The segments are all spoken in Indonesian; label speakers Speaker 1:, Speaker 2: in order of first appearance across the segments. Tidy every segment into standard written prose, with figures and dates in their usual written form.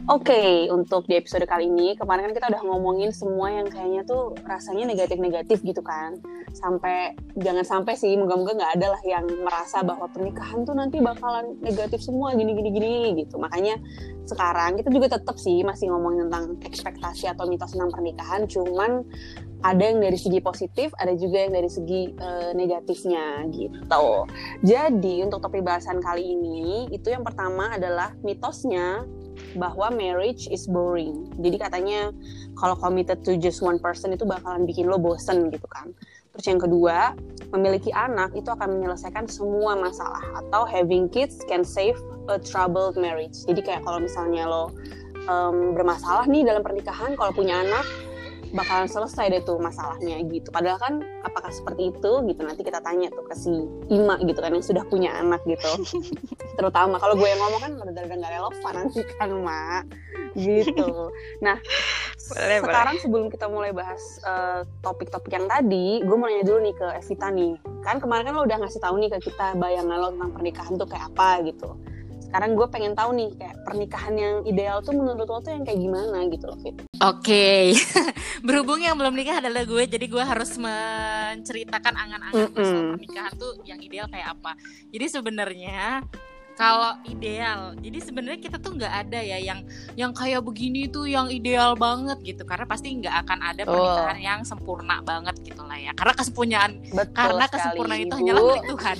Speaker 1: Oke, untuk di episode kali ini, kemarin kan kita udah ngomongin semua yang kayaknya tuh rasanya negatif-negatif gitu kan. Jangan sampai sih, moga-moga nggak ada lah yang merasa bahwa pernikahan tuh nanti bakalan negatif semua, gini gitu. Makanya sekarang kita juga tetap sih masih ngomongin tentang ekspektasi atau mitos tentang pernikahan, cuman ada yang dari segi positif, ada juga yang dari segi negatifnya gitu. Jadi untuk topik bahasan kali ini, itu yang pertama adalah mitosnya bahwa marriage is boring. Jadi katanya kalau committed to just one person itu bakalan bikin lo bosen gitu kan. Terus yang kedua, memiliki anak itu akan menyelesaikan semua masalah, atau having kids can save a troubled marriage. Jadi kayak kalau misalnya lo bermasalah nih dalam pernikahan, kalau punya anak bakalan selesai deh tuh masalahnya gitu. Padahal kan apakah seperti itu gitu, nanti kita tanya tuh ke si Ima gitu kan yang sudah punya anak gitu. Terutama kalau gue yang ngomong kan rada-rada gak relevan nanti kan Mak gitu. Nah sekarang sebelum kita mulai bahas topik-topik yang tadi, gue mau nanya dulu nih ke Evita nih. Kan kemarin kan lo udah ngasih tahu nih ke kita bayangan lo tentang pernikahan tuh kayak apa gitu. Sekarang gue pengen tahu nih kayak pernikahan yang ideal tuh menurut lo tuh yang kayak gimana gitu loh Fit.
Speaker 2: Oke. Berhubung yang belum nikah adalah gue, jadi gue harus menceritakan angan-angan soal pernikahan tuh yang ideal kayak apa. Jadi sebenarnya kalau ideal, jadi sebenarnya kita tuh nggak ada ya yang kayak begini tuh yang ideal banget gitu, karena pasti nggak akan ada pernikahan yang sempurna banget gitu lah ya. Karena kesempurnaan itu hanyalah milik Tuhan.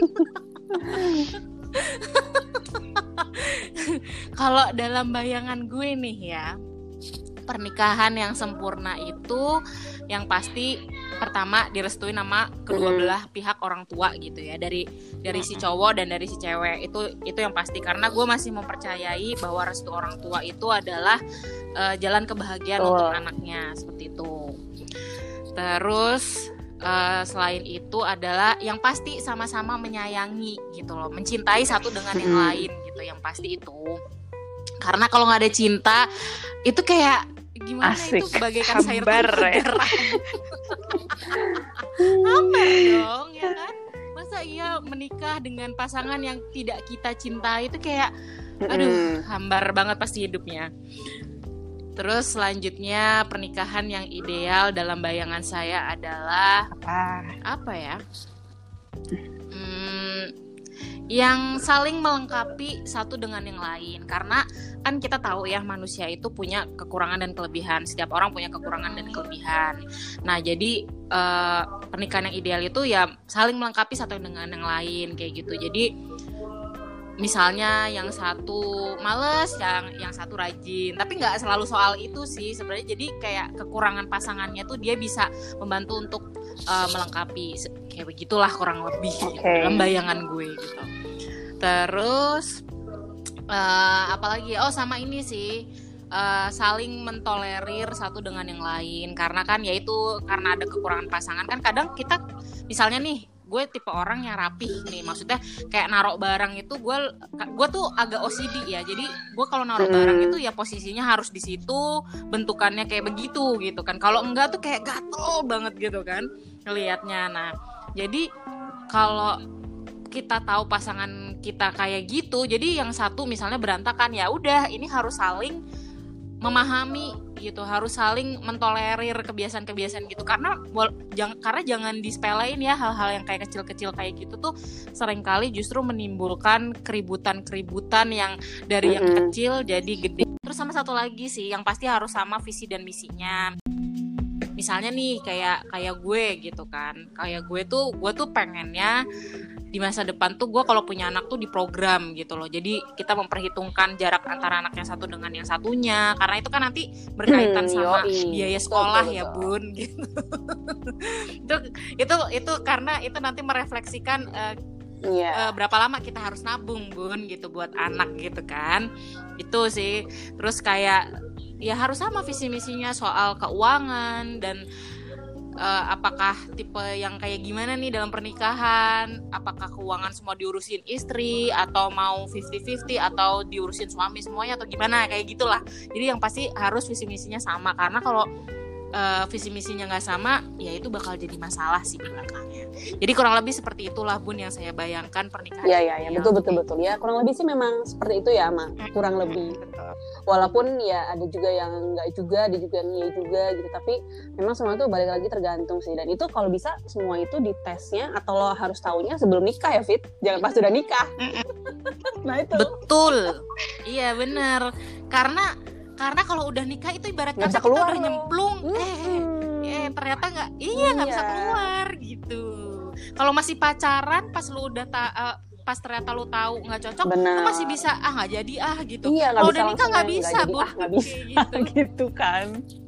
Speaker 2: Kalau dalam bayangan gue nih ya, pernikahan yang sempurna itu yang pasti pertama direstuin sama kedua belah pihak orang tua gitu ya, dari si cowok dan dari si cewek, itu yang pasti, karena gue masih mempercayai bahwa restu orang tua itu adalah jalan kebahagiaan untuk anaknya, seperti itu. Terus selain itu adalah yang pasti sama-sama menyayangi gitu loh, mencintai satu dengan yang lain gitu, yang pasti itu. Karena kalau nggak ada cinta itu kayak gimana? Asik. Itu bagaikan sayur terang. Hambar dong ya kan? Masa iya menikah dengan pasangan yang tidak kita cintai, itu kayak aduh, hambar banget pasti hidupnya. Terus selanjutnya pernikahan yang ideal dalam bayangan saya adalah apa ya? Yang saling melengkapi satu dengan yang lain. Karena kan kita tahu ya, manusia itu punya kekurangan dan kelebihan. Setiap orang punya kekurangan dan kelebihan. Nah jadi pernikahan yang ideal itu ya saling melengkapi satu dengan yang lain kayak gitu. Jadi misalnya yang satu males, yang satu rajin. Tapi nggak selalu soal itu sih sebenarnya. Jadi kayak kekurangan pasangannya tuh dia bisa membantu untuk melengkapi. Kayak begitulah kurang lebih dalam bayangan gue gitu. Terus apalagi? Oh sama ini sih, saling mentolerir satu dengan yang lain. Karena kan ya itu, karena ada kekurangan pasangan kan kadang kita misalnya nih, gue tipe orang yang rapih nih, maksudnya kayak naruh barang itu gue tuh agak OCD ya, jadi gue kalau naruh barang itu ya posisinya harus di situ, bentukannya kayak begitu gitu kan. Kalau enggak tuh kayak gatel banget gitu kan ngelihatnya. Nah jadi kalau kita tahu pasangan kita kayak gitu, jadi yang satu misalnya berantakan, ya udah ini harus saling memahami gitu, harus saling mentolerir kebiasaan-kebiasaan gitu, karena jangan disepelein ya hal-hal yang kayak kecil-kecil kayak gitu tuh seringkali justru menimbulkan keributan yang dari yang kecil jadi gede. Terus sama satu lagi sih yang pasti harus sama visi dan misinya. Misalnya nih kayak gue gitu kan, kayak gue tuh pengennya di masa depan tuh gue kalau punya anak tuh diprogram gitu loh. Jadi kita memperhitungkan jarak antara anak yang satu dengan yang satunya, karena itu kan nanti berkaitan sama biaya sekolah betul. Ya bun gitu. itu karena itu nanti merefleksikan berapa lama kita harus nabung bun gitu buat anak gitu kan. Itu sih. Terus kayak ya harus sama visi misinya soal keuangan dan apakah tipe yang kayak gimana nih dalam pernikahan, apakah keuangan semua diurusin istri atau mau 50-50 atau diurusin suami semuanya atau gimana, kayak gitulah. Jadi yang pasti harus visi misinya sama, karena kalau visi misinya nggak sama ya itu bakal jadi masalah sih di belakangnya. Jadi kurang lebih seperti itulah Bun yang saya bayangkan pernikahan.
Speaker 1: Iya, betul. Ya kurang lebih sih memang seperti itu ya, Ma. Kurang lebih.
Speaker 3: Betul.
Speaker 1: Walaupun ya ada juga yang enggak juga, ada juga yang iya juga gitu. Tapi memang semua itu balik lagi tergantung sih. Dan itu kalau bisa semua itu ditesnya atau lo harus tahunya sebelum nikah ya, Fit. Jangan pas sudah nikah. Nah itu.
Speaker 2: Betul. Iya benar. Karena kalau udah nikah itu ibarat kata kita
Speaker 1: keluar
Speaker 2: udah nyemplung. Ternyata nggak bisa keluar gitu. Kalau masih pacaran pas lu udah pas ternyata lu tahu nggak cocok, lu masih bisa nggak jadi gitu.
Speaker 1: Iya,
Speaker 2: kalau udah nikah nggak bisa, Bu.
Speaker 1: Nggak bisa gitu. Gitu kan.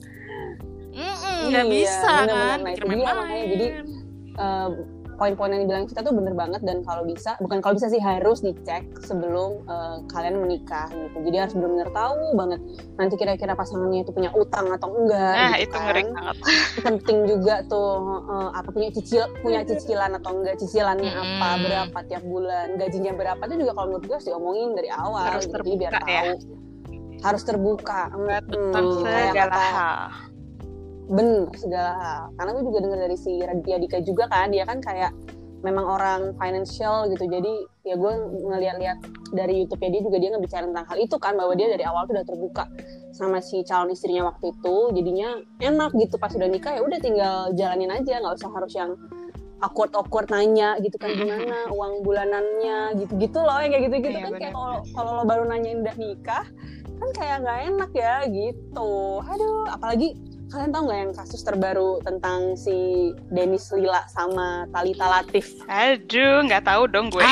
Speaker 2: Nggak bisa kan.
Speaker 1: Nah, itu dia makanya jadi poin-poin yang dibilang kita tuh bener banget, dan bukan kalau bisa sih harus dicek sebelum kalian menikah gitu. Jadi harus benar-benar tahu banget nanti kira-kira pasangannya itu punya utang atau enggak.
Speaker 3: Nah,
Speaker 1: gitu
Speaker 3: itu
Speaker 1: kan.
Speaker 3: ngeri banget.
Speaker 1: Penting juga tuh punya cicilan atau enggak, cicilannya apa, berapa tiap bulan, gajinya berapa, itu juga kalau menurut gue harus diomongin dari awal.
Speaker 3: Harus
Speaker 1: gitu.
Speaker 3: terbuka,
Speaker 1: jadi biar tahu.
Speaker 3: ya.
Speaker 1: Harus terbuka.
Speaker 3: Tentang segala hal.
Speaker 1: Bener, segala hal. Karena gue juga dengar dari si Raditya Dika juga kan, dia kan kayak memang orang financial gitu. Jadi ya gue ngeliat-liat dari YouTube-nya dia juga, dia ngebicara tentang hal itu kan, bahwa dia dari awal tuh udah terbuka sama si calon istrinya waktu itu. Jadinya enak gitu, pas udah nikah ya udah tinggal jalanin aja, nggak usah harus yang awkward nanya gitu kan, gimana uang bulanannya gitu loh, yang kayak gitu kan. Kayak kalau lo baru nanyain udah nikah kan kayak nggak enak ya gitu. Aduh, apalagi kalian tahu nggak yang kasus terbaru tentang si Dennis Lila sama Thalita Latif?
Speaker 3: Aduh, nggak tahu dong gue.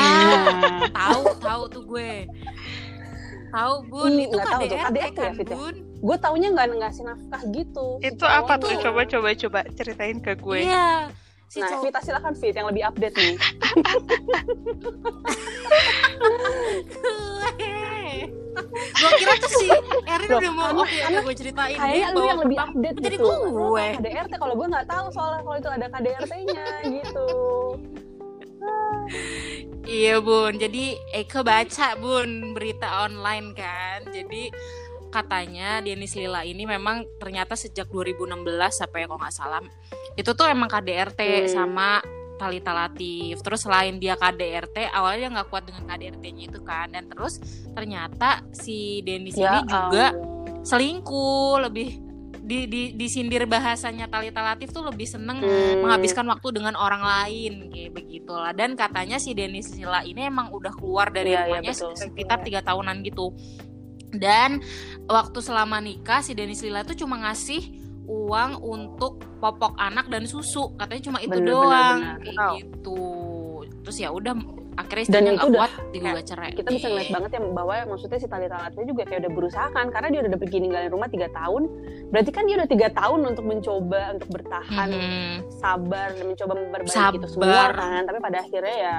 Speaker 2: Tahu tuh gue. Tahu Bun, itu KDRT kan Bun?
Speaker 1: Gue taunya nggak ngasih nafkah gitu.
Speaker 3: Itu apa tuh? Coba ceritain ke gue.
Speaker 2: Iya.
Speaker 1: Vita silakan Fit yang lebih update nih.
Speaker 2: Gue kira tuh si Erin udah mau gue ceritain.
Speaker 1: Kayaknya lu yang lebih update
Speaker 2: jadi
Speaker 1: gitu.
Speaker 2: Gue
Speaker 1: KDRT, kalau gue nggak tahu soalnya kalau itu ada KDRT-nya gitu.
Speaker 2: Iya Bun, jadi Eka baca Bun berita online kan. Jadi katanya Dennis Lila ini memang ternyata sejak 2016 sampai kalau nggak salah itu tuh emang KDRT sama Thalita Latif. Terus selain dia KDRT, awalnya nggak kuat dengan KDRT-nya itu kan, dan terus ternyata si Dennis ini juga selingkuh. Lebih disindir bahasanya Thalita Latif tuh lebih seneng menghabiskan waktu dengan orang lain kayak begitulah. Dan katanya si Dennis Lila ini emang udah keluar dari rumahnya sekitar 3 tahunan gitu. Dan waktu selama nikah si Dennis Lila tuh cuma ngasih uang untuk popok anak dan susu, katanya cuma itu doang. Kayak gitu. Terus ya udah akhirnya istrinya nggak kuat digugat cerai.
Speaker 1: Kita bisa ngeliat banget ya bahwa maksudnya si Thalita Latif juga kayak udah berusaha kan, karena dia udah pergi ninggalin rumah 3 tahun. Berarti kan dia udah 3 tahun untuk mencoba untuk bertahan, sabar dan mencoba memperbaiki itu semua kan. Tapi pada akhirnya ya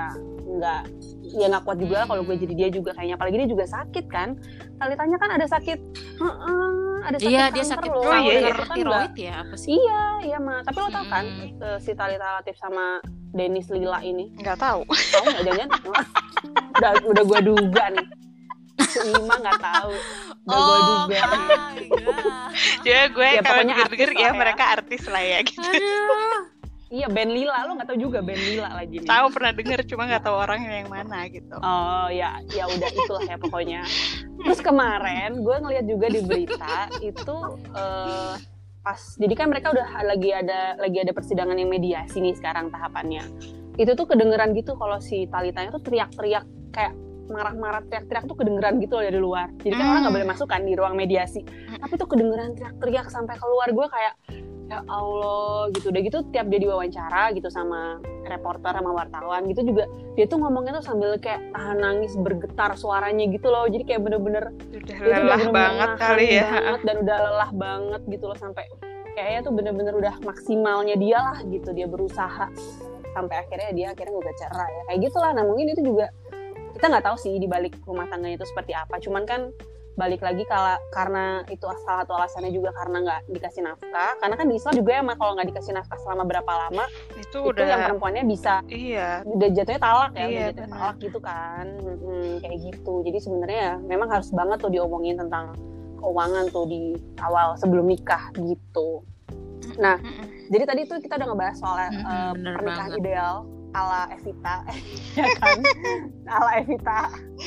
Speaker 1: nggak kuat juga kalau gue jadi dia juga kayaknya. Apalagi dia juga sakit kan. Thalitanya kan ada sakit. Ada sakit
Speaker 2: kanker. Dia sakit tiroid ya apa sih?
Speaker 1: Iya Ma. Tapi lo tau kan si Thalita Latif sama Dennis Lila ini?
Speaker 3: Nggak tahu.
Speaker 1: Tahu nggak jangan? udah gue duga nih. Ima nggak tahu. Udah gue duga.
Speaker 3: Ya gue kalau denger ya mereka artis lah ya gitu.
Speaker 1: Iya, band Lila, lo nggak tahu juga band Lila lagi nih.
Speaker 3: Tahu, pernah denger, cuma nggak tahu orangnya yang mana gitu.
Speaker 1: Oh ya udah itulah ya pokoknya. Terus kemarin gue ngeliat juga di berita itu pas, jadi kan mereka udah lagi ada persidangan yang mediasi nih sekarang tahapannya. Itu tuh kedengeran gitu kalau si Thalitanya tuh teriak-teriak kayak marah-marah, teriak-teriak tuh kedengeran gitu loh dari luar. Jadi kan orang nggak boleh masuk kan di ruang mediasi. Tapi tuh kedengeran teriak-teriak sampai keluar. Gue kayak ya Allah gitu. Udah gitu tiap dia diwawancara gitu sama reporter sama wartawan gitu juga, dia tuh ngomongnya tuh sambil kayak tahan nangis, bergetar suaranya gitu loh. Jadi kayak bener-bener
Speaker 3: udah lelah banget kali ya
Speaker 1: dan udah lelah banget gitu loh, sampai kayaknya tuh bener-bener udah maksimalnya dia lah gitu, dia berusaha sampai akhirnya gugat cerai ya kayak gitulah. Nah mungkin itu juga kita nggak tahu sih di balik rumah tangganya itu seperti apa, cuman kan balik lagi karena itu salah satu alasannya juga karena nggak dikasih nafkah. Karena kan di Islam juga ya, kalau nggak dikasih nafkah selama berapa lama itu udah yang perempuannya bisa udah jatuhnya talak ya, udah jatuhnya talak gitu kan. Kayak gitu. Jadi sebenarnya memang harus banget tuh diomongin tentang keuangan tuh di awal sebelum nikah gitu. Nah, jadi tadi tuh kita udah ngebahas soal pernikahan
Speaker 2: banget.
Speaker 1: ideal ala Evita, ya kan? Ala Evita.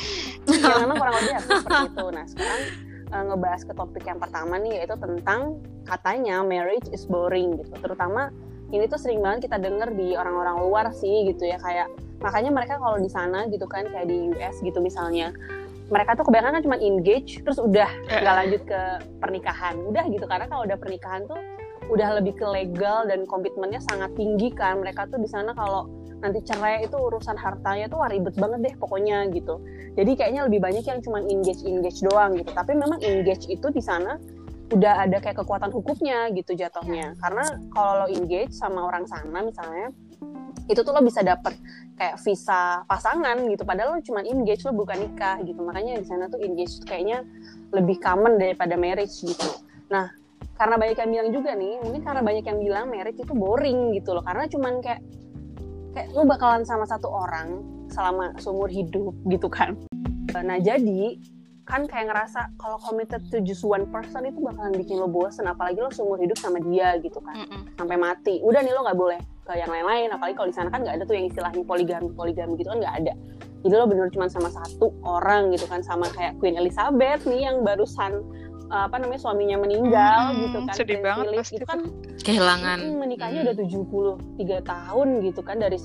Speaker 1: Ya memang kurang lebih harus seperti itu. Nah, sekarang ngebahas ke topik yang pertama nih, yaitu tentang katanya marriage is boring gitu. Terutama ini tuh sering banget kita denger di orang-orang luar sih gitu ya, kayak makanya mereka kalau di sana gitu kan, kayak di US gitu misalnya, mereka tuh kebanyakan kan cuma engage terus udah nggak lanjut ke pernikahan, udah gitu. Karena kalau udah pernikahan tuh udah lebih ke legal dan komitmennya sangat tinggi kan. Mereka tuh di sana kalau nanti cerai itu urusan hartanya tuh ribet banget deh pokoknya gitu. Jadi kayaknya lebih banyak yang cuma engage doang gitu. Tapi memang engage itu di sana udah ada kayak kekuatan hukumnya gitu jatuhnya. Karena kalau lo engage sama orang sana misalnya, itu tuh lo bisa dapet kayak visa pasangan gitu. Padahal lo cuma engage, lo bukan nikah gitu. Makanya di sana tuh engage tuh kayaknya lebih common daripada marriage gitu. Nah, karena banyak yang bilang juga nih, mungkin karena banyak yang bilang marriage itu boring gitu loh. Karena cuman kayak lo bakalan sama satu orang selama seumur hidup gitu kan. Nah jadi kan kayak ngerasa kalau committed to just one person itu bakalan bikin lo bosen. Apalagi lo seumur hidup sama dia gitu kan, sampai mati. Udah nih lo nggak boleh ke yang lain-lain. Apalagi kalau di sana kan nggak ada tuh yang istilahnya poligami gitu kan, nggak ada. Jadi lo bener cuma sama satu orang gitu kan, sama kayak Queen Elizabeth nih yang barusan suaminya meninggal gitu kan.
Speaker 3: Sedih banget pasti
Speaker 1: itu kan
Speaker 2: kehilangan
Speaker 1: menikahnya udah 73 tahun gitu kan, dari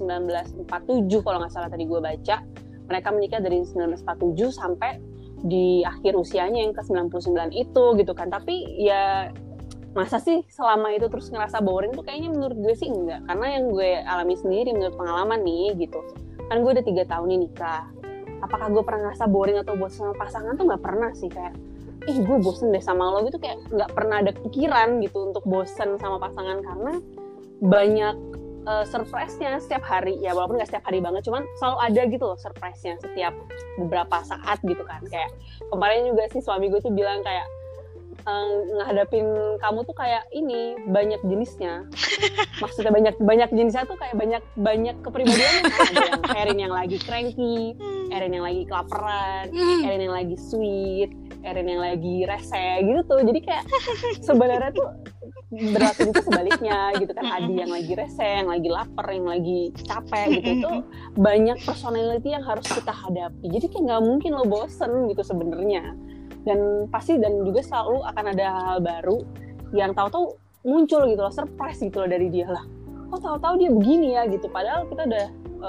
Speaker 1: 1947 kalau nggak salah tadi gue baca. Mereka menikah dari 1947 sampai di akhir usianya yang ke-99 itu gitu kan. Tapi ya masa sih selama itu terus ngerasa boring tuh, kayaknya menurut gue sih enggak. Karena yang gue alami sendiri menurut pengalaman nih gitu, kan gue udah 3 tahun nih nikah. Apakah gue pernah ngerasa boring atau bosan sama pasangan tuh nggak pernah sih. Kayak gue bosen deh sama lo gitu, kayak nggak pernah ada pikiran gitu untuk bosen sama pasangan. Karena banyak surprise-nya setiap hari, ya walaupun nggak setiap hari banget, cuman selalu ada gitu loh surprise-nya setiap beberapa saat gitu kan. Kayak kemarin juga sih suami gue tuh bilang kayak ngehadapin kamu tuh kayak ini banyak jenisnya. Maksudnya banyak jenisnya tuh kayak banyak kepribadiannya. Ada yang Erin yang lagi cranky, Erin yang lagi kelaparan, Erin yang lagi sweet, Erin yang lagi rese gitu tuh. Jadi kayak sebenarnya tuh berlaku juga sebaliknya gitu kan. Adi yang lagi rese, yang lagi lapar, yang lagi capek gitu. Itu banyak personality yang harus kita hadapi. Jadi kayak nggak mungkin lo bosen gitu sebenarnya. Dan pasti dan juga selalu akan ada hal baru yang tahu-tahu muncul gitu loh, surprise gitu loh dari dia lah. Oh tahu-tahu dia begini ya gitu. Padahal kita udah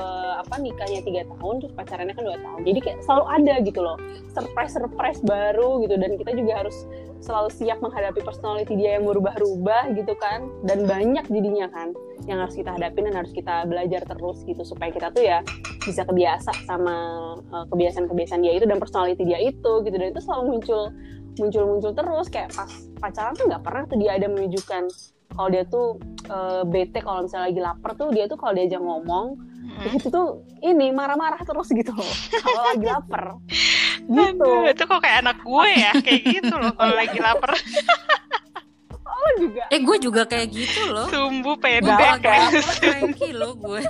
Speaker 1: nikahnya 3 tahun, terus pacarannya kan 2 tahun. Jadi kayak selalu ada gitu loh surprise baru gitu. Dan kita juga harus selalu siap menghadapi personality dia yang berubah-ubah gitu kan. Dan banyak jadinya kan yang harus kita hadapin dan harus kita belajar terus gitu, supaya kita tuh ya bisa kebiasa sama kebiasaan-kebiasaan dia itu dan personality dia itu gitu. Dan itu selalu muncul terus. Kayak pas pacaran tuh nggak pernah tuh dia ada menunjukkan kalau dia tuh bete kalau misalnya lagi lapar tuh. Dia tuh kalau diajak ngomong itu tuh ini marah-marah terus gitu loh kalau lagi lapar gitu.
Speaker 3: Aduh, itu kok kayak anak gue ya kayak gitu loh kalau lagi lapar.
Speaker 1: Oh juga.
Speaker 2: Gue juga kayak gitu loh.
Speaker 3: Sumbu pendek kan.
Speaker 2: Cranky loh gue.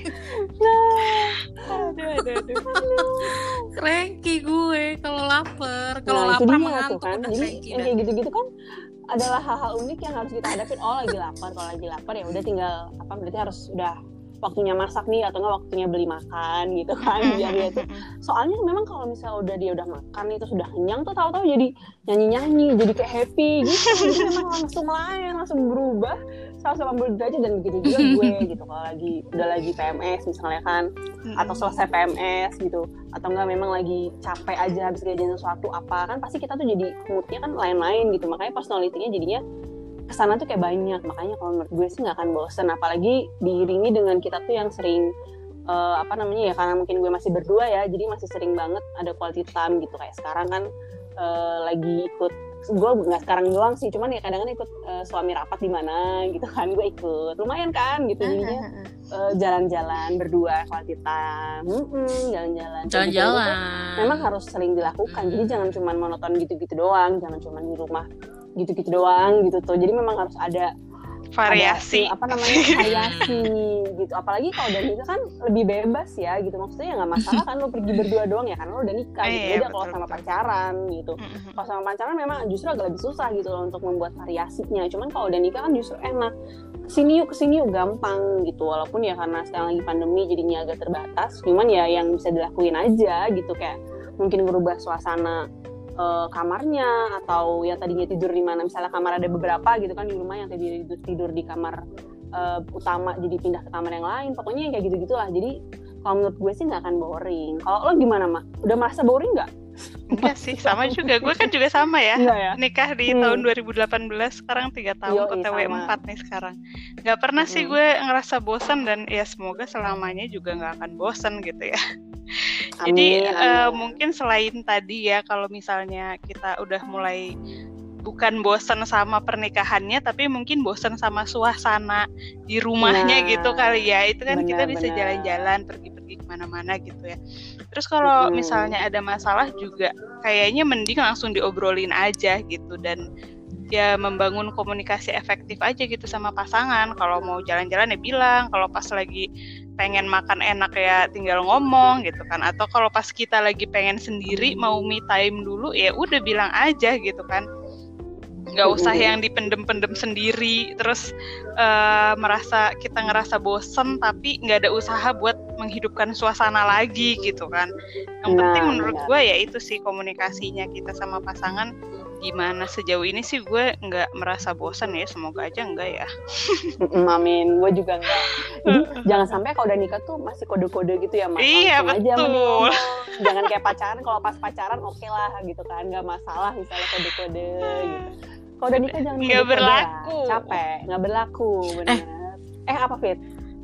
Speaker 3: Aduh.
Speaker 2: Cranky gue kalau lapar.
Speaker 1: Nah,
Speaker 2: lapar
Speaker 1: mengantuk kan. Jadi
Speaker 2: cranky
Speaker 1: yang kayak gitu-gitu kan adalah hal-hal unik yang harus kita hadapin. Oh lagi lapar, kalau lagi lapar ya udah tinggal berarti harus udah waktunya masak nih, atau nggak waktunya beli makan gitu kan. Biar dia tuh, soalnya memang kalau misalnya dia udah makan nih terus udah kenyang tuh tahu-tahu jadi nyanyi-nyanyi, jadi kayak happy gitu. Jadi memang langsung berubah 180 derajat. Dan begitu juga gue gitu kalau udah lagi PMS misalnya kan, atau selesai PMS gitu, atau enggak memang lagi capek aja habis kerjain sesuatu apa kan, pasti kita tuh jadi moodnya kan lain-lain gitu. Makanya personality-nya jadinya kesana tuh kayak banyak. Makanya kalau menurut gue sih nggak akan bosen, apalagi diiringi dengan kita tuh yang sering ya karena mungkin gue masih berdua ya, jadi masih sering banget ada quality time gitu. Kayak sekarang kan lagi ikut, gue nggak sekarang doang sih, cuman ya kadang-kadang ikut suami rapat di mana gitu kan, gue ikut, lumayan kan gitu. Jadinya jalan-jalan berdua, quality time, jalan-jalan gitu. Memang harus sering dilakukan. Jadi jangan cuma monoton gitu-gitu doang, jangan cuma di rumah gitu-gitu doang gitu tuh. Jadi memang harus ada
Speaker 3: variasi
Speaker 1: ada, apa namanya, variasi gitu. Apalagi kalau udah nikah kan lebih bebas ya gitu, maksudnya ya nggak masalah kan lo pergi berdua doang ya, karena lo udah nikah gitu. Beda kalau sama pacaran gitu. Kalau sama pacaran memang justru agak lebih susah gitu loh untuk membuat variasinya. Cuman kalau udah nikah kan justru enak, kesini yuk gampang gitu. Walaupun ya karena sekarang lagi pandemi jadinya agak terbatas, cuman ya yang bisa dilakuin aja gitu, kayak mungkin merubah suasana kamarnya, atau yang tadinya tidur di mana, misalnya kamar ada beberapa gitu kan di rumah, yang tadi tidur di kamar utama jadi pindah ke kamar yang lain. Pokoknya yang kayak gitu-gitulah. Jadi kalau menurut gue sih nggak akan boring. Kalau lo gimana, Mak? Udah merasa boring nggak?
Speaker 3: Enggak sih, sama juga. Gue kan juga sama ya. Nikah di tahun 2018, sekarang 3 tahun, OTW 4 nih sekarang. Nggak pernah sih gue ngerasa bosan, dan ya semoga selamanya juga nggak akan bosan gitu ya. Jadi mungkin selain tadi ya, kalau misalnya kita udah mulai bukan bosan sama pernikahannya, tapi mungkin bosan sama suasana di rumahnya gitu kali ya. Itu kan kita bisa jalan-jalan, pergi-pergi kemana-mana gitu ya. Terus kalau misalnya ada masalah juga, kayaknya mending langsung diobrolin aja gitu, dan ya membangun komunikasi efektif aja gitu sama pasangan. Kalau mau jalan-jalan ya bilang, kalau pas lagi pengen makan enak ya tinggal ngomong gitu kan. Atau kalau pas kita lagi pengen sendiri mau me time dulu ya udah bilang aja gitu kan. Nggak usah yang dipendem-pendem sendiri, terus kita ngerasa bosen tapi nggak ada usaha buat menghidupkan suasana lagi gitu kan. Yang penting menurut gue ya itu sih, komunikasinya kita sama pasangan gimana. Sejauh ini sih gue nggak merasa bosan ya, semoga aja enggak ya.
Speaker 1: Amin, gue juga enggak. Jadi jangan sampai kalau udah nikah tuh masih kode-kode gitu ya, Mas.
Speaker 3: Iya, betul.
Speaker 1: Jangan kayak pacaran, kalau pas pacaran oke lah gitu kan, nggak masalah misalnya kode-kode gitu. Kalau udah nikah jangan
Speaker 3: nggak berlaku
Speaker 1: ya. Capek, nggak berlaku, benar. Apa, Fit?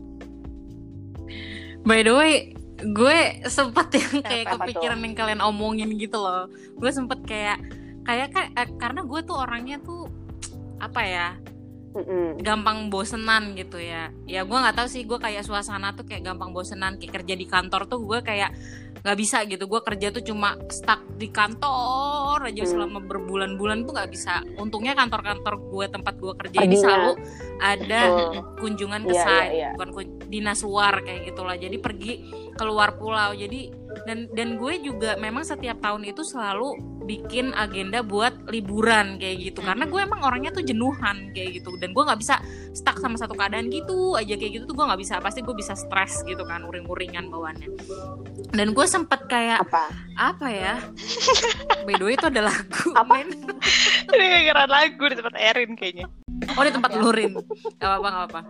Speaker 2: By the way, gue sempet yang kayak kepikiran yang kalian omongin gitu loh. Gue sempet kayak karena gue tuh orangnya tuh apa ya, gampang bosenan gitu ya. Ya gue nggak tahu sih, gue kayak suasana tuh kayak gampang bosenan. Kayak kerja di kantor tuh gue kayak nggak bisa gitu. Gue kerja tuh cuma stuck di kantor aja selama berbulan-bulan tuh nggak bisa. Untungnya kantor-kantor gue, tempat gue kerja ini selalu ada kunjungan ke site, bukan dinas luar kayak gitulah. Jadi pergi keluar pulau. Jadi dan gue juga memang setiap tahun itu selalu bikin agenda buat liburan kayak gitu, karena gue emang orangnya tuh jenuhan kayak gitu, dan gue nggak bisa stuck sama satu keadaan gitu aja kayak gitu tuh gue nggak bisa, pasti gue bisa stres gitu kan, uring-uringan bawaannya. Dan gue sempet kayak apa ya, by the way itu ada lagu
Speaker 3: ini kegeran lagu di tempat Erin kayaknya.
Speaker 2: Oh di tempat Lurin, nggak apa-apa.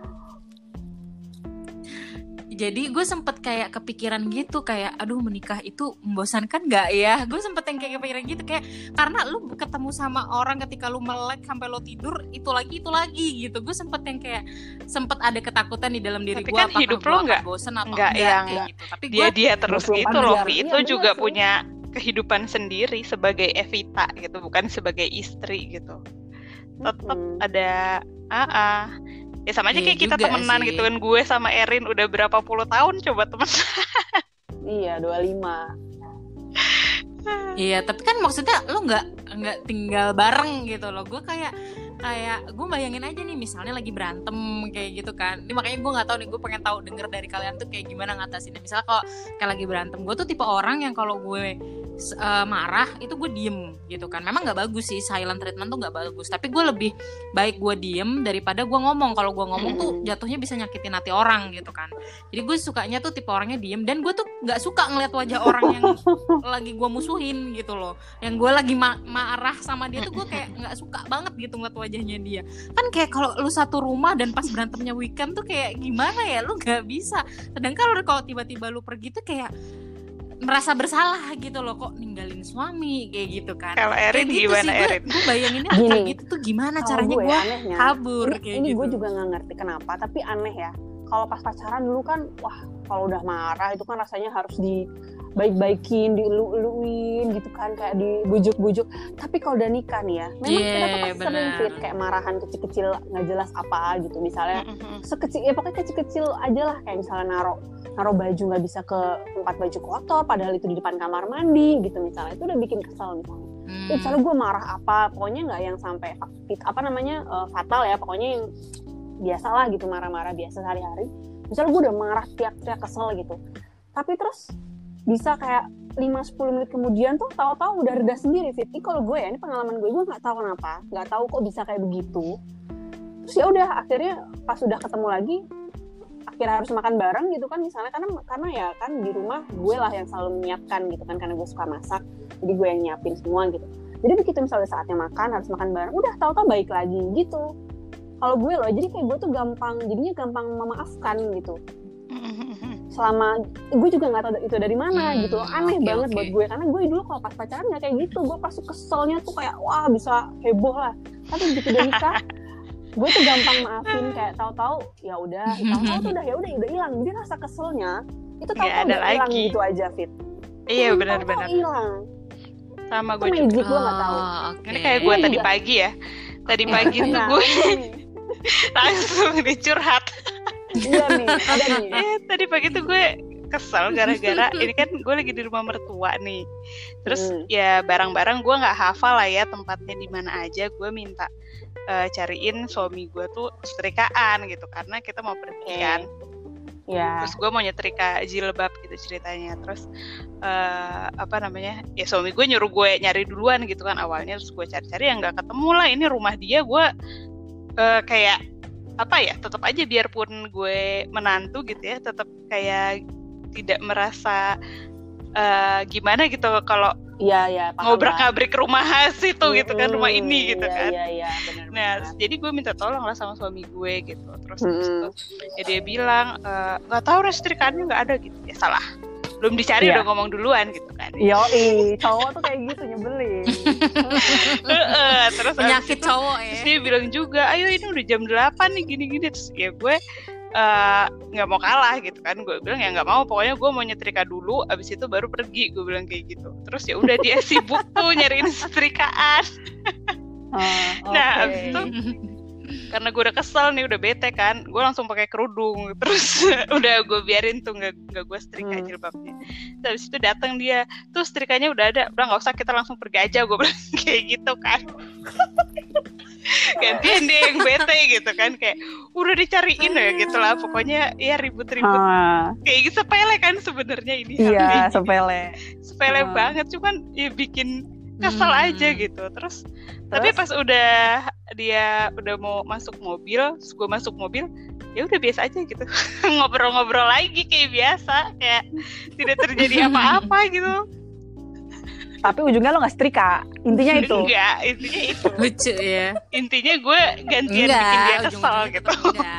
Speaker 2: Jadi gue sempet kayak kepikiran gitu, kayak aduh menikah itu membosankan gak ya. Gue sempet yang kayak kepikiran gitu, kayak karena lu ketemu sama orang ketika lu melek sampai lo tidur itu lagi gitu. Gue sempet yang kayak ada ketakutan di dalam diri gue,
Speaker 3: kan apakah hidup lo gak bosan atau enggak kayak gitu. Tapi dia terus gitu loh, itu juga punya kehidupan sendiri sebagai Evita gitu, bukan sebagai istri gitu. Tetap ada ya sama aja kayak kita temenan gitu kan. Gue sama Erin udah berapa puluh tahun coba temenan.
Speaker 1: Iya, 25.
Speaker 2: Iya, tapi kan maksudnya lo nggak tinggal bareng gitu loh. Gue kayak gue bayangin aja nih, misalnya lagi berantem kayak gitu kan. Ini makanya gue nggak tahu nih, gue pengen tahu denger dari kalian tuh kayak gimana ngatasinnya. Misalnya kalau kayak lagi berantem, gue tuh tipe orang yang kalau gue marah itu gue diem gitu kan. Memang nggak bagus sih, silent treatment tuh nggak bagus, tapi gue lebih baik gue diem daripada gue ngomong. Kalau gue ngomong tuh jatuhnya bisa nyakitin hati orang gitu kan. Jadi gue sukanya tuh tipe orangnya diem, dan gue tuh nggak suka ngeliat wajah orang yang lagi gue musuhin gitu loh. Yang gue lagi marah sama dia tuh gue kayak nggak suka banget gitu ngeliat wajahnya dia. Kan kayak kalau lu satu rumah dan pas berantemnya weekend tuh kayak gimana ya, lu nggak bisa. Sedangkan kalau tiba-tiba lu pergi tuh kayak merasa bersalah gitu loh, kok ninggalin suami kayak gitu kan.
Speaker 3: Kalau Erin
Speaker 2: gitu
Speaker 3: gimana
Speaker 2: sih,
Speaker 3: Erin?
Speaker 2: Gue bayanginnya kayak gitu tuh gimana caranya gue kabur kayak
Speaker 1: ini
Speaker 2: gitu.
Speaker 1: Gue juga nggak ngerti kenapa, tapi aneh ya. Kalau pas pacaran dulu kan, wah kalau udah marah itu kan rasanya harus dibaik-baikin, dielu-eluin gitu kan, kayak dibujuk-bujuk. Tapi kalau udah nikah nih ya, memang kita tuh pasti sering fit kayak marahan kecil-kecil nggak jelas apa gitu. Misalnya sekecil, ya pokoknya kecil-kecil aja lah, kayak misalnya naruh baju nggak bisa ke tempat baju kotor, padahal itu di depan kamar mandi gitu misalnya. Itu udah bikin kesel misalnya. Misalnya gue marah apa, pokoknya nggak yang sampai fatal ya, pokoknya yang biasalah gitu, marah-marah biasa sehari-hari. Misalnya gue udah marah, teriak-teriak, kesel gitu. Tapi terus bisa kayak 5-10 menit kemudian tuh tahu-tahu udah reda sendiri, Fit. Ini kalau gue ya, ini pengalaman gue nggak tahu kenapa, nggak tahu kok bisa kayak begitu. Terus ya udah, akhirnya pas udah ketemu lagi, akhirnya harus makan bareng gitu kan, misalnya karena ya kan di rumah gue lah yang selalu menyiapkan gitu kan, karena gue suka masak, jadi gue yang nyiapin semua gitu. Jadi begitu misalnya saatnya makan, harus makan bareng, udah tahu-tahu baik lagi gitu. Kalau gue loh, jadi kayak gue tuh jadinya gampang memaafkan gitu. Selama gue juga nggak tahu itu dari mana gitu, aneh banget buat gue, karena gue dulu kalau pas pacaran nggak kayak gitu, gue pasti keselnya tuh kayak wah bisa heboh lah, tapi begitu udah nikah gue tuh gampang maafin, kayak tahu-tahu ya udah, tahu-tahu tuh udah hilang, jadi rasa keselnya itu tahu-tahu udah hilang gitu aja, Fit.
Speaker 3: Iya benar-benar
Speaker 1: hilang.
Speaker 3: Sama gue
Speaker 1: juga. Magic gue nggak tahu.
Speaker 3: Ini kayak gue tadi pagi ya, tadi pagi tuh gue langsung dicurhat.
Speaker 1: Iya nih, ada nih.
Speaker 3: Tadi pagi tuh gue kesel gara-gara ini kan gue lagi di rumah mertua nih. Terus ya barang-barang gue nggak hafal lah ya tempatnya di mana aja. Gue minta cariin suami gue tuh setrikaan gitu karena kita mau pergi kan.
Speaker 1: Yeah.
Speaker 3: Terus gue mau nyetrika jilbab gitu ceritanya. Terus ya suami gue nyuruh gue nyari duluan gitu kan awalnya. Terus gue cari-cari yang nggak ketemu lah. Ini rumah dia, gue kayak tetap aja biarpun gue menantu gitu ya, tetap kayak tidak merasa gimana gitu kalau ngobrak-ngabrik rumah situ gitu kan, rumah ini gitu kan.
Speaker 1: Bener.
Speaker 3: Nah, jadi gue minta tolong lah sama suami gue gitu. Terus ya dia bilang nggak tahu setrikaannya nggak ada gitu. Ya salah, belum dicari udah ngomong duluan gitu kan.
Speaker 1: Yoi, cowok tuh kayak gitu nyebelin.
Speaker 3: Terus
Speaker 2: penyakit cowok ya.
Speaker 3: Terus dia bilang juga, ayo ini udah jam 8 nih gini-gini. Terus ya gue nggak mau kalah gitu kan. Gue bilang ya nggak mau, pokoknya gue mau nyetrika dulu, abis itu baru pergi. Gue bilang kayak gitu. Terus ya udah dia sibuk tuh nyariin setrikaan. Nah abis itu karena gue udah kesel nih, udah bete kan, gue langsung pakai kerudung. Terus udah gue biarin tuh nggak gue setrika jilbabnya. Terus habis itu datang dia, tuh setrikanya udah ada, udah nggak usah, kita langsung pergi aja. Gue bilang kayak gitu kan. Gantian dia yang bete gitu kan, kayak udah dicariin ya gitu lah, pokoknya ya ribut-ribut kayak gitu, sepele kan sebenarnya ini.
Speaker 1: Iya
Speaker 3: sepele banget, cuman ya bikin kesel aja gitu. Terus tapi pas dia udah mau masuk mobil, terus gue masuk mobil, ya udah biasa aja gitu. Ngobrol-ngobrol lagi kayak biasa, kayak tidak terjadi apa-apa gitu.
Speaker 1: Tapi ujungnya lo nggak setrika, intinya itu.
Speaker 3: Enggak, intinya itu.
Speaker 2: Lucu ya.
Speaker 3: Intinya gue gantian bikin dia kesel gitu.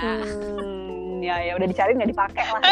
Speaker 1: Ya udah dicari nggak dipakai lah.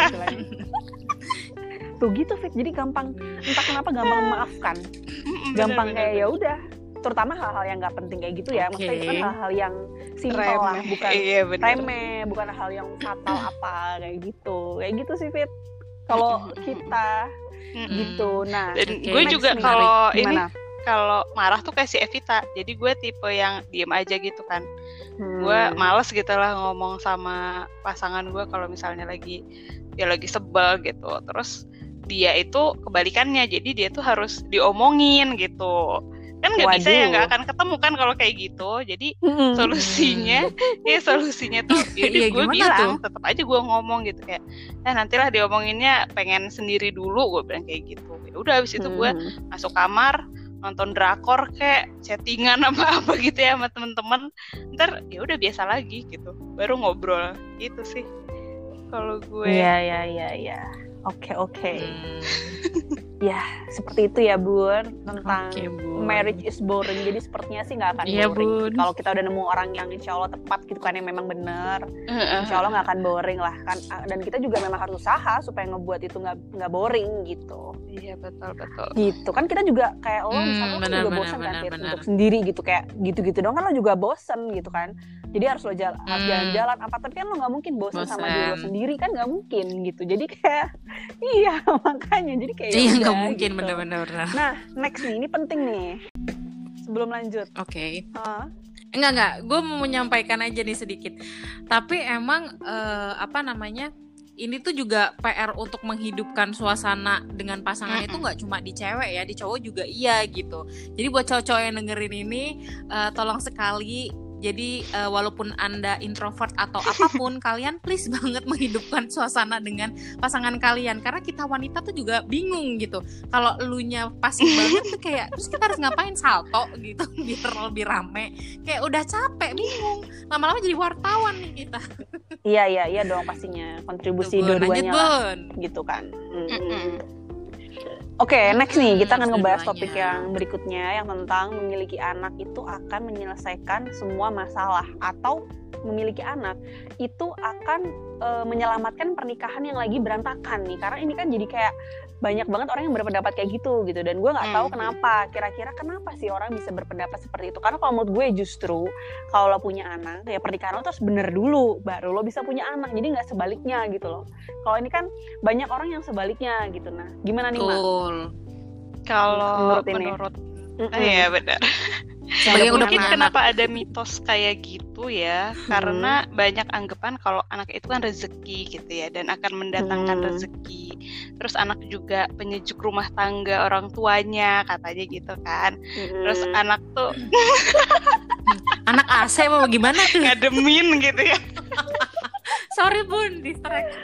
Speaker 1: Tuh gitu, Fit. Jadi gampang, entah kenapa gampang memaafkan. Gampang kayak ya udah. Terutama hal-hal yang nggak penting kayak gitu ya. Maksudnya itu kan hal-hal yang simpel lah, bukan remeh, bukan hal yang fatal apa kayak gitu. Kayak gitu sih, Fit. Kalau kita gitu. Nah,
Speaker 3: dan gue juga kalau ini kalau marah tuh kayak si Evita. Jadi gue tipe yang diem aja gitu kan. Gue males gitu lah ngomong sama pasangan gue kalau misalnya lagi sebel gitu. Terus dia itu kebalikannya. Jadi dia tuh harus diomongin gitu. Kan nggak bisa ya, nggak akan ketemu kan kalau kayak gitu. Jadi solusinya tuh ya gue bilang tetap aja gue ngomong gitu kayak nantilah diomonginnya, pengen sendiri dulu, gue bilang kayak gitu. Ya udah abis itu gue masuk kamar nonton drakor kayak chattingan apa gitu ya sama teman-teman. Ntar ya udah biasa lagi gitu, baru ngobrol gitu sih kalau gue.
Speaker 1: Iya. Oke. Ya, seperti itu ya, Bun, tentang marriage is boring. Jadi sepertinya sih nggak akan boring. Kalau kita udah nemu orang yang insya Allah tepat gitu kan, yang memang benar, insya Allah nggak akan boring lah kan. Dan kita juga memang harus usaha supaya ngebuat itu nggak boring gitu.
Speaker 3: Iya, betul.
Speaker 1: Gitu kan, kita juga kayak lo misalnya kan juga bosan kan untuk sendiri gitu, kayak gitu-gitu dong kan lo juga bosan gitu kan. Jadi harus jalan-jalan apa, tapi kan lo nggak mungkin bosan sama diri lo sendiri kan, nggak mungkin gitu. Jadi kayak makanya jadi kayak
Speaker 2: nggak mungkin gitu. Bener-bener.
Speaker 1: Nah, next nih, ini penting nih sebelum lanjut.
Speaker 2: Oke. Enggak, gue mau menyampaikan aja nih sedikit. Tapi emang ini tuh juga PR untuk menghidupkan suasana dengan pasangan itu nggak cuma di cewek ya, di cowok juga iya gitu. Jadi buat cowok-cowok yang dengerin ini, tolong sekali Jadi walaupun Anda introvert atau apapun, kalian please banget menghidupkan suasana dengan pasangan kalian. Karena kita wanita tuh juga bingung gitu. Kalau elunya pasif banget tuh kayak, terus kita harus ngapain, salto gitu biar lebih rame. Kayak udah capek, bingung. Lama-lama jadi wartawan nih kita.
Speaker 1: Iya dong pastinya. Kontribusi dua-duanya lah, gitu kan. Oke, next nih kita akan ngebahas topik yang berikutnya yang tentang memiliki anak itu akan menyelesaikan semua masalah atau memiliki anak itu akan menyelamatkan pernikahan yang lagi berantakan nih. Karena ini kan jadi kayak banyak banget orang yang berpendapat kayak gitu dan gue nggak tahu kira-kira kenapa sih orang bisa berpendapat seperti itu. Karena kalau menurut gue justru kalau lo punya anak ya pernikahan lo terus bener dulu baru lo bisa punya anak, jadi nggak sebaliknya gitu loh. Kalau ini kan banyak orang yang sebaliknya gitu. Nah gimana nih Mak?
Speaker 3: Kalau menurut iya benar. Mungkin kenapa ada mitos kayak gitu ya, karena banyak anggapan kalau anak itu kan rezeki gitu ya, dan akan mendatangkan rezeki. Terus anak juga penyejuk rumah tangga orang tuanya katanya gitu kan. Terus anak tuh
Speaker 2: anak AC apa gimana tuh?
Speaker 3: Ngademin gitu ya.
Speaker 2: Sorry bun, distract.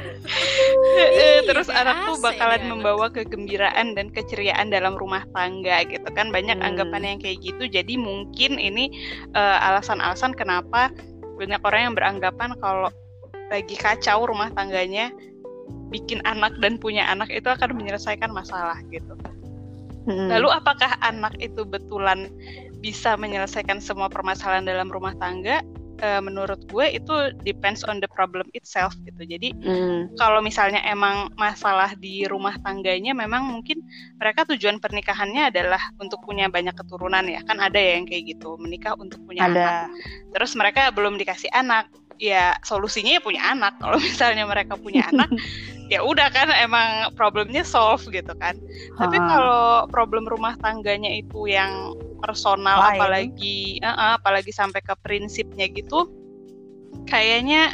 Speaker 3: Terus anak tuh bakalan membawa kegembiraan dan keceriaan dalam rumah tangga gitu kan. Banyak anggapan yang kayak gitu. Jadi mungkin ini alasan-alasan kenapa banyak orang yang beranggapan kalau lagi kacau rumah tangganya, bikin anak dan punya anak itu akan menyelesaikan masalah gitu. Lalu apakah anak itu betulan bisa menyelesaikan semua permasalahan dalam rumah tangga? Menurut gue itu depends on the problem itself gitu. Jadi kalau misalnya emang masalah di rumah tangganya, memang mungkin mereka tujuan pernikahannya adalah untuk punya banyak keturunan ya. Kan ada ya yang kayak gitu, menikah untuk punya anak. Terus mereka belum dikasih anak, ya solusinya ya punya anak. Kalau misalnya mereka punya anak, ya udah kan emang problemnya solve gitu kan. Tapi kalau problem rumah tangganya itu yang personal, apalagi sampai ke prinsipnya gitu, kayaknya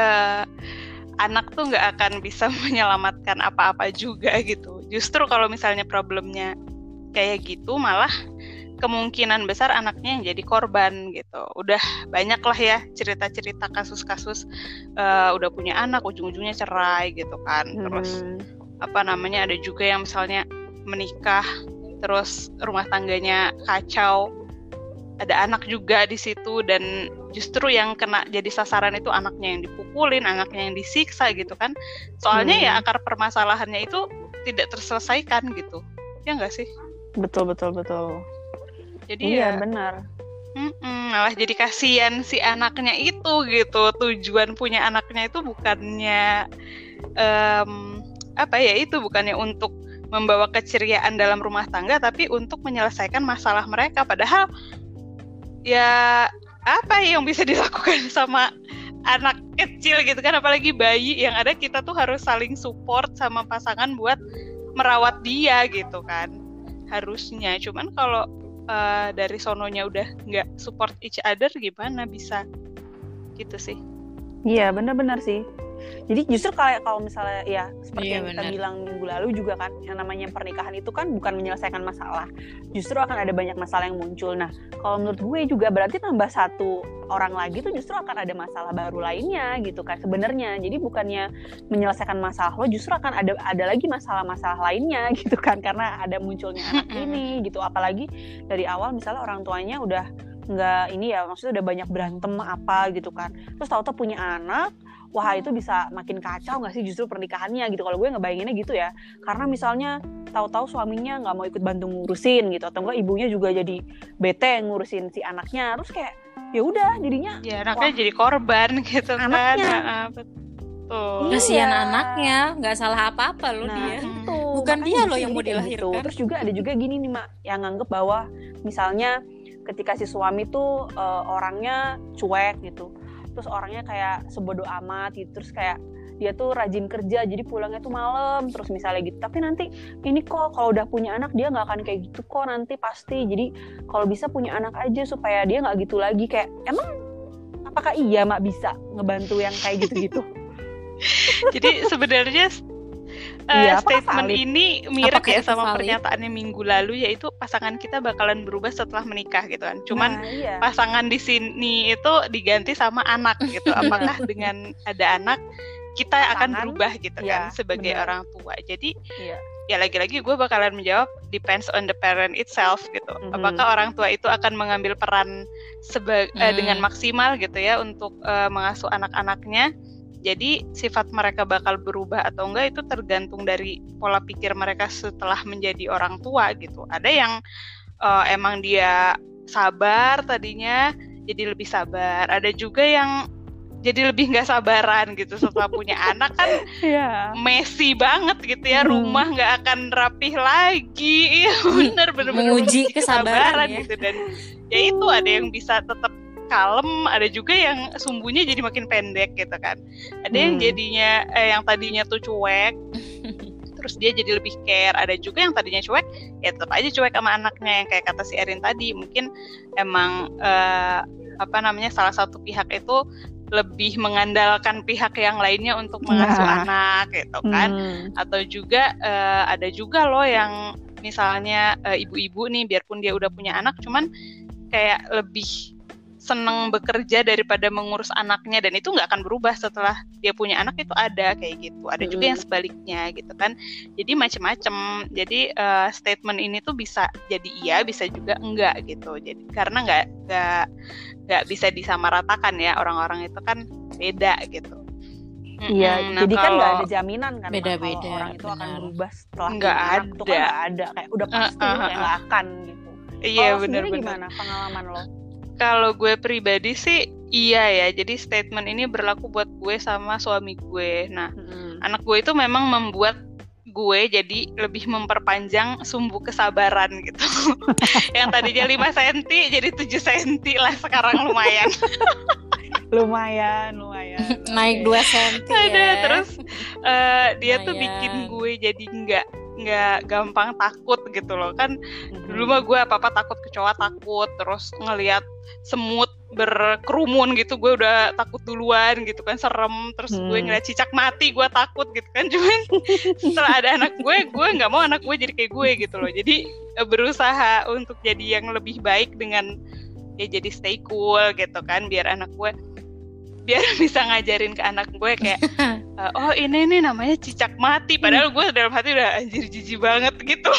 Speaker 3: anak tuh nggak akan bisa menyelamatkan apa-apa juga gitu. Justru kalau misalnya problemnya kayak gitu, malah kemungkinan besar anaknya yang jadi korban gitu. Udah banyak lah ya cerita-cerita kasus-kasus udah punya anak ujung-ujungnya cerai gitu kan. Terus ada juga yang misalnya menikah terus rumah tangganya kacau, ada anak juga di situ, dan justru yang kena jadi sasaran itu anaknya yang dipukulin, anaknya yang disiksa gitu kan. Soalnya ya akar permasalahannya itu tidak terselesaikan gitu. Ya nggak sih?
Speaker 1: Betul. Jadi
Speaker 3: iya,
Speaker 1: benar.
Speaker 3: Malah jadi kasihan si anaknya itu gitu. Tujuan punya anaknya itu bukannya bukannya untuk membawa keceriaan dalam rumah tangga, tapi untuk menyelesaikan masalah mereka. Padahal ya apa yang bisa dilakukan sama anak kecil gitu kan, apalagi bayi, yang ada kita tuh harus saling support sama pasangan buat merawat dia gitu kan harusnya. Cuman kalau dari sononya udah nggak support each other, gimana bisa gitu sih.
Speaker 1: Iya benar-benar sih. Jadi justru kalau misalnya ya seperti yang kita bilang minggu lalu juga kan, yang namanya pernikahan itu kan bukan menyelesaikan masalah, justru akan ada banyak masalah yang muncul. Nah kalau menurut gue juga berarti tambah satu orang lagi tuh justru akan ada masalah baru lainnya gitu kan sebenarnya. Jadi bukannya menyelesaikan masalah lo, justru akan ada lagi masalah-masalah lainnya gitu kan, karena ada munculnya anak ini gitu. Apalagi dari awal misalnya orang tuanya udah nggak ini ya, maksudnya udah banyak berantem apa gitu kan, terus tahu-tahu punya anak, wah itu bisa makin kacau nggak sih justru pernikahannya gitu. Kalau gue ngebayanginnya gitu ya, karena misalnya tahu-tahu suaminya nggak mau ikut bantu ngurusin gitu, atau enggak ibunya juga jadi bete ngurusin si anaknya, terus kayak ya udah jadinya
Speaker 3: ya anaknya jadi korban gitu
Speaker 1: anaknya.
Speaker 3: Kan. Betul.
Speaker 2: Kasihan anaknya, nggak salah apa-apa loh dia.
Speaker 1: Itu,
Speaker 2: bukan dia loh yang mau dilahirkan.
Speaker 1: Gitu. Terus juga ada juga gini nih Mak, yang nganggep bahwa misalnya ketika si suami tuh orangnya cuek gitu, terus orangnya kayak sebodoh amat gitu, terus kayak dia tuh rajin kerja jadi pulangnya tuh malam terus misalnya gitu, tapi nanti ini kok kalau udah punya anak dia nggak akan kayak gitu kok nanti pasti, jadi kalau bisa punya anak aja supaya dia nggak gitu lagi. Kayak emang apakah iya Mak bisa ngebantu yang kayak gitu-gitu?
Speaker 3: Jadi sebenarnya statement ini mirip ya sama pernyataannya minggu lalu, yaitu pasangan kita bakalan berubah setelah menikah gitu kan. Cuman pasangan di sini itu diganti sama anak gitu. Apakah dengan ada anak kita akan berubah gitu kan sebagai orang tua. Jadi ya lagi-lagi gue bakalan menjawab depends on the parent itself gitu. Apakah orang tua itu akan mengambil peran dengan maksimal gitu ya untuk mengasuh anak-anaknya. Jadi sifat mereka bakal berubah atau enggak itu tergantung dari pola pikir mereka setelah menjadi orang tua gitu. Ada yang emang dia sabar tadinya jadi lebih sabar. Ada juga yang jadi lebih nggak sabaran gitu setelah punya anak kan messy banget gitu ya, rumah nggak akan rapih lagi. Bener
Speaker 2: menguji kesabaran
Speaker 3: gitu. Dan ya itu ada yang bisa tetap kalem, ada juga yang sumbunya jadi makin pendek gitu kan. Ada yang jadinya yang tadinya tuh cuek terus dia jadi lebih care. Ada juga yang tadinya cuek ya tetap aja cuek sama anaknya, yang kayak kata si Erin tadi, mungkin emang salah satu pihak itu lebih mengandalkan pihak yang lainnya untuk mengasuh anak gitu kan. Atau juga ada juga loh yang misalnya ibu-ibu nih, biarpun dia udah punya anak cuman kayak lebih seneng bekerja daripada mengurus anaknya, dan itu nggak akan berubah setelah dia punya anak. Itu ada kayak gitu. Ada juga yang sebaliknya gitu kan. Jadi macam-macam. Jadi statement ini tuh bisa jadi iya, bisa juga enggak gitu. Jadi karena nggak bisa disamaratakan ya, orang-orang itu kan beda gitu.
Speaker 1: Iya, jadi kan nggak ada jaminan kan
Speaker 2: beda-beda
Speaker 1: kalau orang itu akan berubah setelah
Speaker 3: nggak ada.
Speaker 1: Itu kan nggak ada, kayak udah pasti kayak nggak akan gitu.
Speaker 3: Iya,
Speaker 1: benar-benar. Gimana pengalaman lo?
Speaker 3: Kalau gue pribadi sih iya ya. Jadi statement ini berlaku buat gue sama suami gue. Nah, anak gue itu memang membuat gue jadi lebih memperpanjang sumbu kesabaran gitu. Yang tadinya 5 cm jadi 7 cm lah sekarang, lumayan.
Speaker 1: lumayan.
Speaker 2: Naik 2 cm ya.
Speaker 3: Terus dia tuh bikin gue jadi nggak gampang takut gitu loh kan. Dulu mah gue apa-apa takut, kecoa takut, terus ngelihat semut berkerumun gitu gue udah takut duluan gitu kan, serem. Terus gue ngeliat cicak mati gue takut gitu kan. Cuman setelah ada anak gue nggak mau anak gue jadi kayak gue gitu loh. Jadi berusaha untuk jadi yang lebih baik dengan ya jadi stay cool gitu kan, biar bisa ngajarin ke anak gue kayak oh ini nih namanya cicak mati, padahal gue dalam hati udah anjir jijik banget gitu.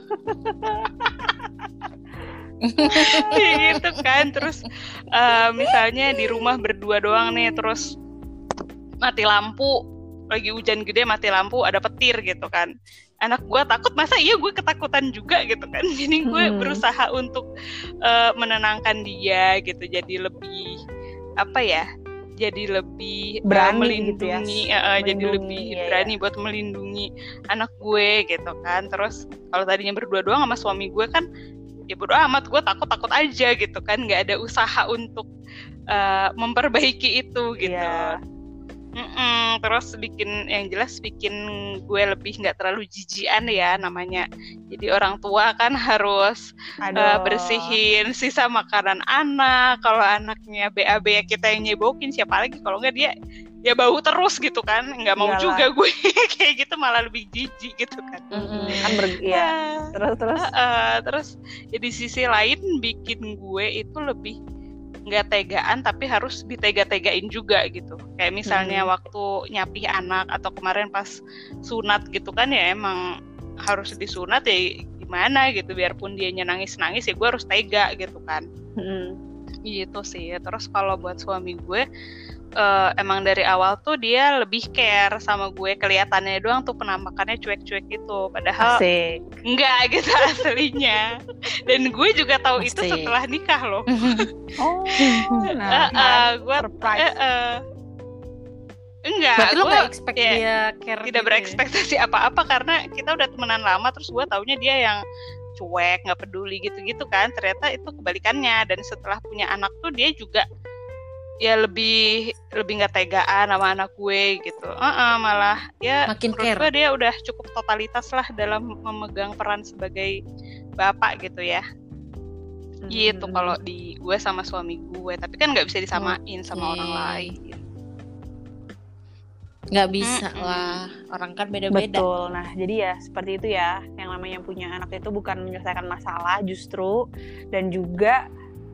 Speaker 3: Gitu kan. Terus misalnya di rumah berdua doang nih, terus mati lampu, lagi hujan gede mati lampu, ada petir gitu kan. Anak gue takut, masa iya gue ketakutan juga gitu kan. Jadi gue berusaha untuk menenangkan dia gitu, jadi lebih jadi lebih
Speaker 1: berani
Speaker 3: melindungi
Speaker 1: gitu ya?
Speaker 3: Jadi lebih berani buat melindungi anak gue gitu kan. Terus kalau tadinya berdua doang sama suami gue kan ya bodo amat, gue takut aja gitu kan, nggak ada usaha untuk memperbaiki itu gitu. Terus bikin gue lebih nggak terlalu jijian ya, namanya jadi orang tua kan harus bersihin sisa makanan anak. Kalau anaknya BAB ya kita yang nyebokin, siapa lagi kalau nggak dia bau terus gitu kan, nggak mau juga gue kayak gitu, malah lebih jijik gitu kan. Terus ya di sisi lain bikin gue itu lebih nggak tegaan, tapi harus ditega-tegain juga gitu. Kayak misalnya waktu nyapih anak atau kemarin pas sunat gitu kan, ya emang harus disunat ya gimana gitu, biarpun dia nangis ya gue harus tega gitu kan. Gitu sih. Terus kalau buat suami gue emang dari awal tuh dia lebih care sama gue, kelihatannya doang tuh penampakannya cuek-cuek gitu, padahal enggak gitu aslinya. Dan gue juga tahu itu setelah nikah loh. Gue enggak,
Speaker 2: berarti lo nggak expect dia care,
Speaker 3: tidak berekspektasi apa-apa karena kita udah temenan lama. Terus gue taunya dia yang cuek, nggak peduli gitu-gitu kan. Ternyata itu kebalikannya. Dan setelah punya anak tuh dia juga ya lebih nggak tegaan sama anak gue gitu. Malah ya
Speaker 2: makin
Speaker 3: menurut
Speaker 2: care.
Speaker 3: Gue dia udah cukup totalitas lah dalam memegang peran sebagai bapak gitu ya. Gitu kalau di gue sama suami gue. Tapi kan nggak bisa disamain sama orang lain.
Speaker 2: Nggak bisa lah, orang kan beda-beda.
Speaker 1: Betul. Nah, jadi ya seperti itu ya. Yang namanya punya anak itu bukan menyelesaikan masalah justru, dan juga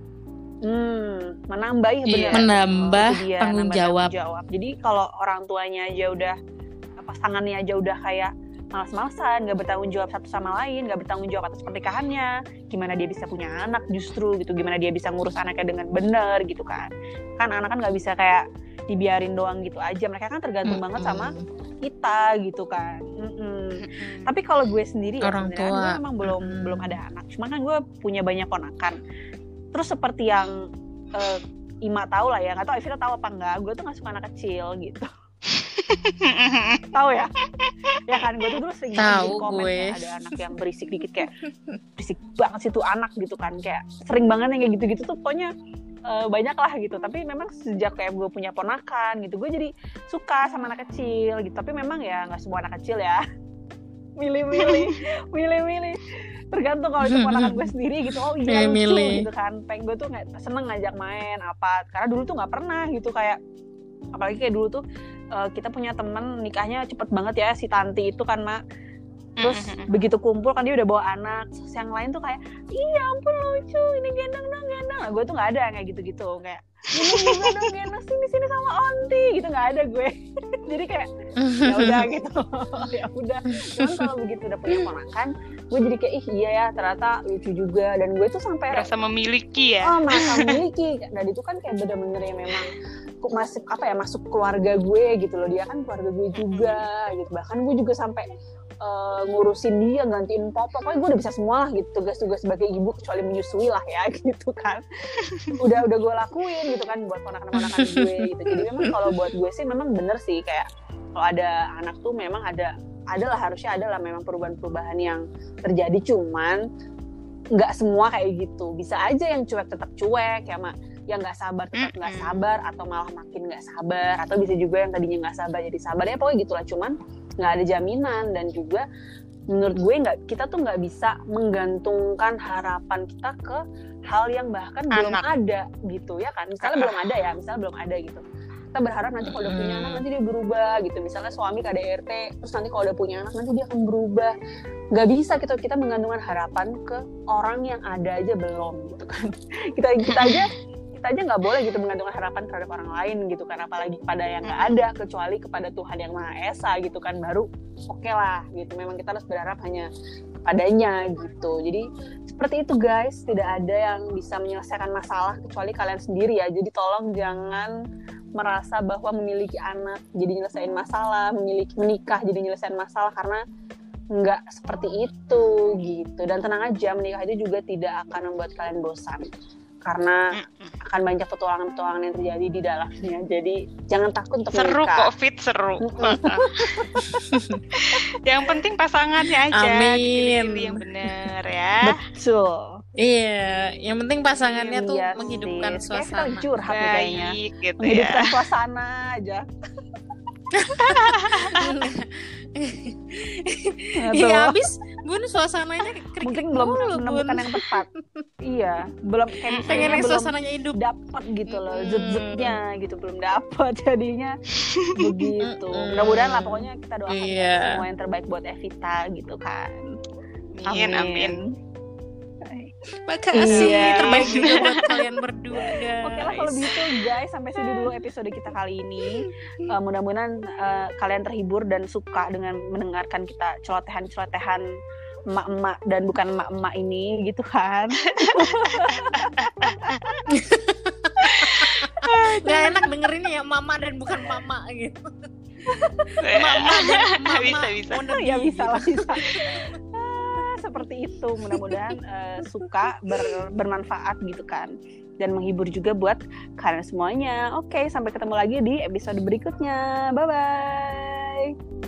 Speaker 1: menambah
Speaker 2: tanggung jawab.
Speaker 1: Jadi kalau orang tuanya aja udah, pasangannya aja udah kayak malas-malasan, nggak bertanggung jawab satu sama lain, nggak bertanggung jawab atas pernikahannya, gimana dia bisa punya anak justru gitu, gimana dia bisa ngurus anaknya dengan benar gitu kan anak kan nggak bisa kayak dibiarin doang gitu aja, mereka kan tergantung banget sama kita gitu kan. Tapi kalau gue sendiri
Speaker 2: orang
Speaker 1: ya, gue memang belum ada anak, cuma kan gue punya banyak ponakan. Terus seperti yang Ima tahu lah ya, nggak tahu Evita tahu apa enggak, gue tuh nggak suka anak kecil gitu. Tahu ya? Ya kan, gue tuh dulu sering bikin komen ya, ada anak yang berisik dikit kayak berisik banget sih tuh anak gitu kan, kayak sering banget yang kayak gitu-gitu tuh pokoknya banyak lah gitu. Tapi memang sejak kayak gue punya ponakan gitu, gue jadi suka sama anak kecil gitu. Tapi memang ya nggak semua anak kecil ya, milih-milih tergantung. Kalau itu ponakan gue sendiri gitu, oh iya lucu gitu kan, pengen gue tuh seneng ngajak main apa, karena dulu tuh nggak pernah gitu, kayak apalagi kayak dulu tuh kita punya temen nikahnya cepet banget ya, si Tanti itu kan Mak. Terus begitu kumpul kan dia udah bawa anak, terus yang lain tuh kayak iya ampun lucu, ini gendong. Nah, gue tuh nggak ada kayak gitu-gitu, kayak ini juga dong gendong, sini sama onti gitu, nggak ada gue. Jadi kayak ya udah gitu. Ya udah. Cuman kalau begitu udah punya ponakan, gue jadi kayak iya ya ternyata lucu juga, dan gue tuh sampai
Speaker 3: merasa memiliki ya.
Speaker 1: Merasa memiliki. Dan itu kan kayak bener-bener yang memang masuk keluarga gue gitu loh, dia kan keluarga gue juga gitu. Bahkan gue juga sampai ngurusin dia, gantiin popok, pokoknya gue udah bisa semua lah gitu, tugas-tugas sebagai ibu kecuali menyusui lah ya gitu kan. udah gue lakuin gitu kan buat ponakan-ponakan gue gitu. Jadi memang kalau buat gue sih memang bener sih, kayak kalau ada anak tuh memang harusnya ada memang perubahan-perubahan yang terjadi, cuman nggak semua kayak gitu. Bisa aja yang cuek tetap cuek ya Mak, yang nggak sabar tetap nggak sabar, atau malah makin nggak sabar, atau bisa juga yang tadinya nggak sabar jadi sabar, ya pokoknya gitulah. Cuman nggak ada jaminan, dan juga menurut gue kita tuh nggak bisa menggantungkan harapan kita ke hal yang bahkan belum ada gitu ya kan. Misalnya belum ada gitu, kita berharap nanti kalau udah punya anak nanti dia berubah gitu. Misalnya suami KDRT, terus nanti kalau udah punya anak nanti dia akan berubah. Nggak bisa kita menggantungkan harapan ke orang yang ada aja belum gitu kan. kita aja nggak boleh gitu menggantungkan harapan terhadap orang lain gitu kan, apalagi pada yang nggak ada, kecuali kepada Tuhan yang Maha Esa gitu kan, baru oke lah gitu. Memang kita harus berharap hanya kepadanya gitu. Jadi seperti itu guys, tidak ada yang bisa menyelesaikan masalah kecuali kalian sendiri ya. Jadi tolong jangan merasa bahwa memiliki anak jadi nyelesain masalah, menikah jadi nyelesain masalah, karena nggak seperti itu gitu. Dan tenang aja, menikah itu juga tidak akan membuat kalian bosan, karena akan banyak petualangan-petualangan yang terjadi di dalamnya. Jadi jangan takut untuk
Speaker 3: seru
Speaker 1: menikah.
Speaker 3: Seru. Yang penting pasangannya aja.
Speaker 2: Amin.
Speaker 3: Yang benar ya.
Speaker 1: Betul.
Speaker 2: Iya, yang penting pasangannya tuh menghidupkan suasana.
Speaker 1: Kita curhat kayaknya.
Speaker 3: Gitu
Speaker 1: menghidupkan
Speaker 3: ya.
Speaker 1: suasana aja.
Speaker 2: Iya, habis Bun suasananya
Speaker 1: mungkin belum menemukan yang tepat. Iya, belum kayak misalnya belum
Speaker 2: suasananya hidup
Speaker 1: dapat gitu loh, zet-zetnya gitu belum dapat, jadinya begitu. Mudah-mudahan lah, pokoknya kita doakan semua yang terbaik buat Evita gitu kan.
Speaker 3: Amin.
Speaker 2: Makasih, terbaik juga buat kalian berdua guys.
Speaker 1: Oke lah kalau gitu guys, sampai sini dulu episode kita kali ini. Mudah-mudahan kalian terhibur dan suka dengan mendengarkan kita celotehan-celotehan emak-emak dan bukan emak-emak ini gitu kan.
Speaker 2: Gak enak dengerinnya ya, mama dan bukan mama gitu. Mama dan mama.
Speaker 3: Bisa.
Speaker 1: Ya bisa lah, bisa. Seperti itu, mudah-mudahan suka, bermanfaat gitu kan, dan menghibur juga buat kalian semuanya. Oke, sampai ketemu lagi di episode berikutnya. Bye-bye.